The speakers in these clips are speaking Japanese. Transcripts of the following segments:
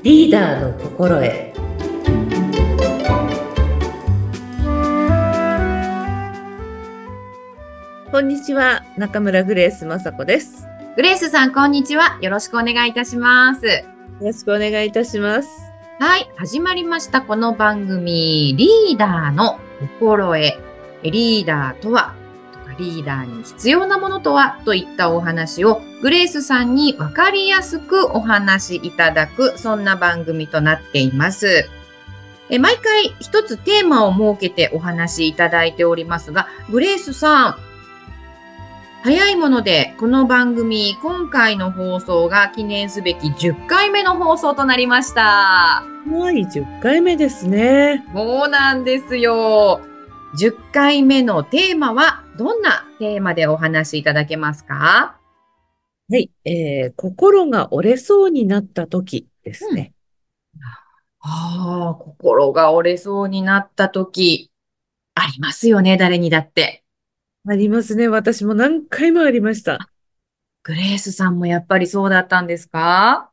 リーダーの心得。こんにちは、中村グレース雅子です。 グレースさん、こんにちは。よろしくお願いいたします。 よろしくお願いいたします。 はい、始まりました。この番組、リーダーの心得。リーダーとはとか、リーダーに必要なものとはといったお話を、グレースさんにわかりやすくお話しいただく、そんな番組となっています。毎回一つテーマを設けてお話しいただいておりますが、グレースさん、早いもので、この番組、今回の放送が記念すべき10回目の放送となりました。 はい、10回目ですね。 そうなんですよ。10回目のテーマは、どんなテーマでお話しいただけますか？ はい、心が折れそうになった時ですうん。 ね。 心が折れそうになった時、ありますよね、誰にだって。 ありますね。私も何回もありました。 グレースさんもやっぱりそうだったんですか？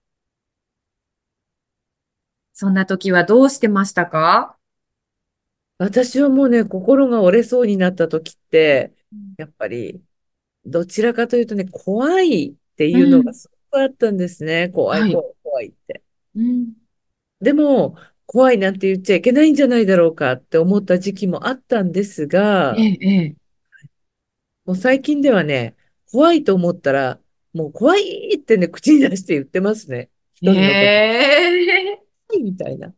そんな時はどうしてましたか？ 私はもうね、心が折れそうになった時って、やっぱり、どちらかというとね、怖いっていうのがうん。 すごくあったんですね。怖い、 はい。 怖い、怖いって。 うん。 でも、怖いなんて言っちゃいけないんじゃないだろうかって思った時期もあったんですが、 ええ、ええ。 もう最近ではね、怖いと思ったら、もう怖いってね、口に出して言ってますね。一人の時ええ、 みたいな。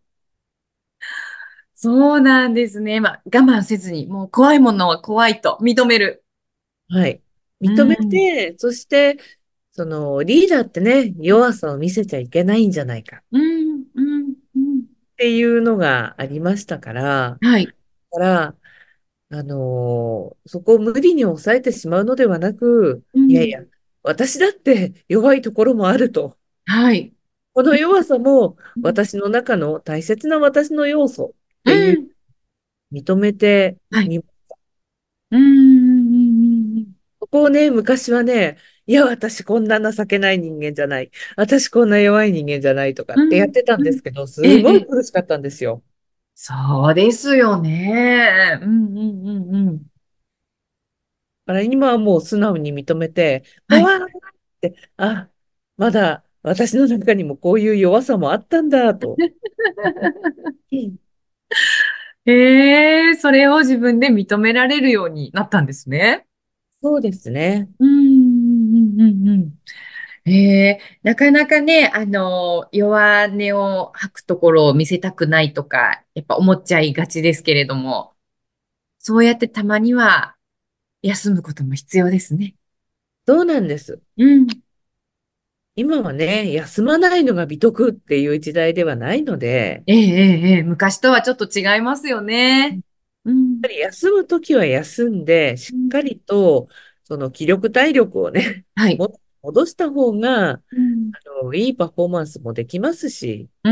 そうなんですね。まあ、我慢せずに、もう怖いものは怖いと認める。 はい。 う認めん、 て、そして、そのリーダーってね、弱さを見せちゃいけないんじゃないかっうん、うん、うん。 ていうのがありましたから、 はい、 から、そこを無理に抑えてしまうのではなく、 うん、 いやいや、私だって弱いところもあると。 はい、 この弱さもうん、 私の中の大切な私の要素っていう、 うん、 認めてはい、 み、 うん、うん、 そこをね、昔はね、いや、私こんな情けない人間じゃない。私こんな弱い人間じゃないとかうん、 ってやってたんうん、 ですけど、 ええ、 すごいええ、 苦しかったんですよ。 そうですよね。うん、うん、うん、うん。 だから今はもう素直に認めて、 はい。 怖いって、あ、まだ私の中にもこういう弱さもあったんだと。うん、 へえ、それを自分で認められるようになったんですね。 そうですね。 うん、うん、うん、うん。なかなかね、弱音を吐くところを見せたくないとか、やっぱ思っちゃいがちですけれども、そうやってたまには休むことも必要ですね。 そうなんです。 うん。 今はね、休まないのが美徳っていう時代ではないので、 ええ、ええ、ええ、昔とはちょっと違いますよね。うん。 やっぱり休むときは休んで、 うん、 しっかりと、その気力、体力をね、 はい。 戻した方が、 うん。 いいパフォーマンスもできますし、 うん。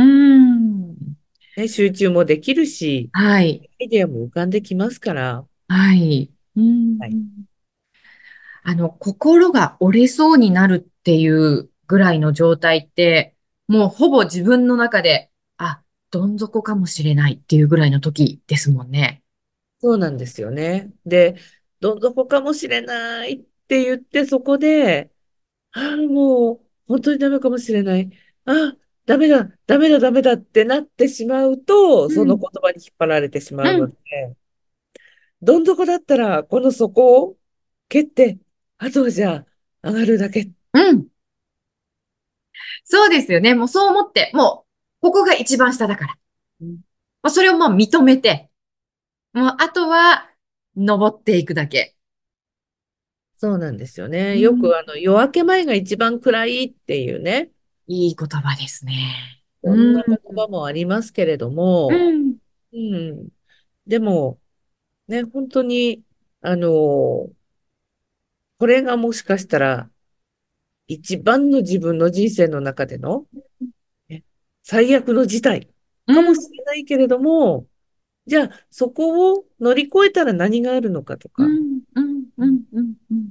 ね、集中もできるし、 はい。 アイデアも浮かんできますから、 はい。うはい。 ん。心が折れそうになるっていうぐらいの状態って、もうほぼ自分の中で、あ、どん底かもしれないっていうぐらいの時ですもんね。 そうなんですよね。で、どん底かもしれないって言って、そこで、ああ、もう、本当にダメかもしれない。ああ、ダメだ、ダメだ、ダメだってなってしまうと、 うん、 その言葉に引っ張られてしまううん、 ので、どん底だったら、この底を蹴って、あとはじゃあ、上がるだけ。 うん。そうですよね。もうそう思って、もう、ここが一番下だから。 うん、 まあ、それをもう認めて、もうあとは、登っていくだけ。 そうなんですよね。ようん。 く夜明け前が一番暗いっていうね、 いい言葉ですね。 そんな言うん。 葉もありますけれども、 うん。 うん。でも、ね、本当に、あの、これがもしかしたら、一番の自分の人生の中での、ね、最悪の事態うん。 かもしれないけれども、じゃあ、そこを乗り越えたら何があるのかとか、 うん。うん。 うん、 うん。うん。うん。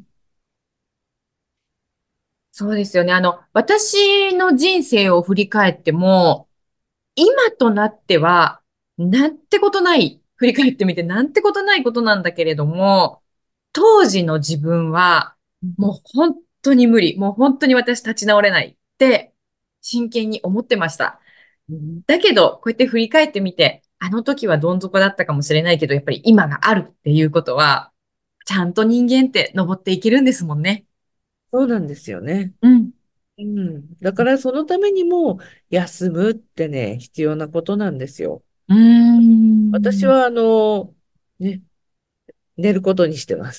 そうですよね。私の人生を振り返っても、 今となっては、なんてことない、振り返ってみてなんてことないことなんだけれども、当時の自分は、もう本当に無理。もう本当に私立ち直れないって真剣に思ってました。 うん、 だけど、こうやって振り返ってみて、あの時はどん底だったかもしれないけど、やっぱり今があるっていうことは、ちゃんと人間って登っていけるんですもんね。 そうなんですよね。 うん。 うん。だからそのためにも休むってね、必要なことなんですよ。 うーん。 私はね、寝ることにしてます。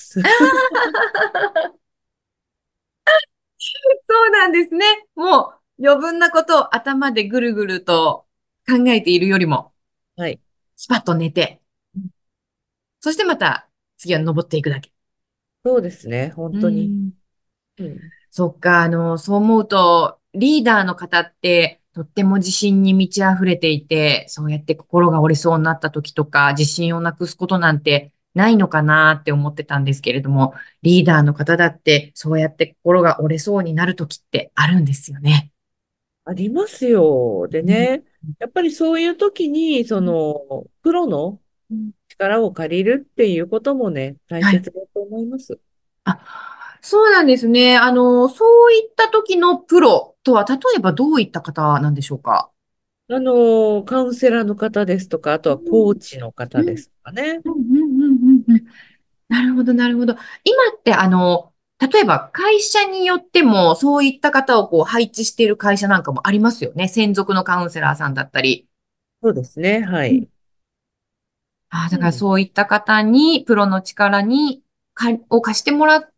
そうなんですね。もう余分なことを頭でぐるぐると考えているよりも、 はい。 スパッと寝て、そしてまた次は登っていくだけ。 そうですね。 う本当に。 ん。 うん。 そっか、そう思うと、リーダーの方って、とっても自信に満ち溢れていて、そうやって心が折れそうになった時とか、自信をなくすことなんてないのかなって思ってたんですけれども、リーダーの方だって、そうやって心が折れそうになる時ってあるんですよね。 ありますよ。でうん。 ね、やっぱりそういう時に、プロのうん。 力を借りるっていうこともね、大はい。 切だと思います。 あ、そうなんですね。そういった時のプロとは、例えばどういった方なんでしょうか？ カウンセラーの方ですとか、あとうはコーん。 チのうん。 方ですとかね。 うんうんうんうん。なるほど、なるほど。今って例えば会社によってもそういった方をこう配置している会社なんかもありますよね。専属のカウンセラーさんだったり。 そうですね。はうん。 い。 ああ、だからうん。 そういった方に、プロの力を貸してもらって、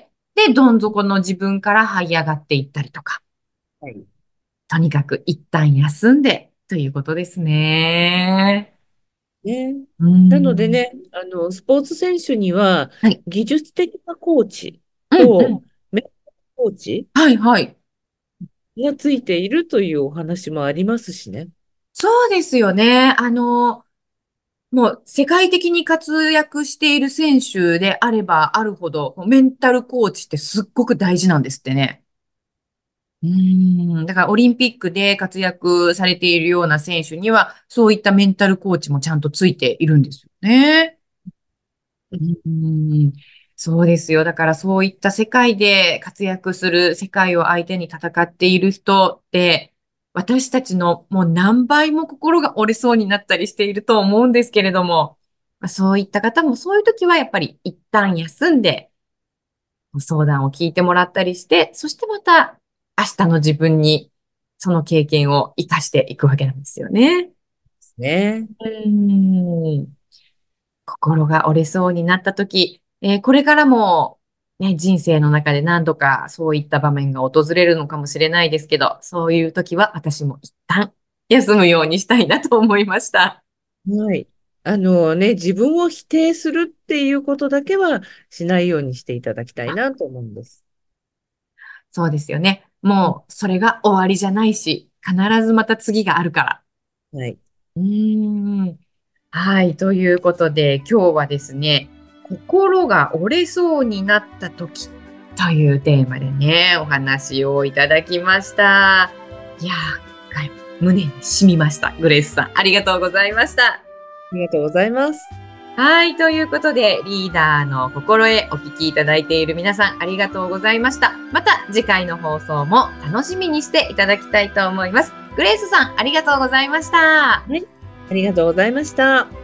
で、どん底の自分から這い上がっていったりとか、 はい。 とにかく一旦休んでということですね。 ね。 うなのでん。 ね、スポーツ選手には、 はい。 技術的なコーチうんうと、 ん。 メンタルコーチはいはい。 がついているというお話もありますしね。 そうですよね。もう世界的に活躍している選手であればあるほど、メンタルコーチってすっごく大事なんですってね。だからオリンピックで活躍されているような選手には、そういったメンタルコーチもちゃんとついているんですよね。 うん。 うん。そうですよ。だからそういった世界で活躍する、世界を相手に戦っている人って、私たちのもう何倍も心が折れそうになったりしていると思うんですけれども、そういった方もそういう時はやっぱり一旦休んで、ご相談を聞いてもらったりして、そしてまた明日の自分にその経験を活かしていくわけなんですよね。 ね。 うーん。心が折れそうになった時、これからもね、人生の中で何度かそういった場面が訪れるのかもしれないですけど、そういう時は私も一旦休むようにしたいなと思いました。 はい。自分を否定するっていうことだけはしないようにしていただきたいなと思うんです。 そうですよね。 うん。 もうそれが終わりじゃないし、必ずまた次があるから。 はい。 うーん。はい。ということで、今日はですね、心が折れそうになった時というテーマでね、お話をいただきました。いやー、胸に染みました。グレースさん、ありがとうございました。 ありがとうございます。 はい。ということで、リーダーの心得お聞きいただいている皆さん、ありがとうございました。また次回の放送も楽しみにしていただきたいと思います。グレースさん、ありがとうございました。 はい。ありがとうございました。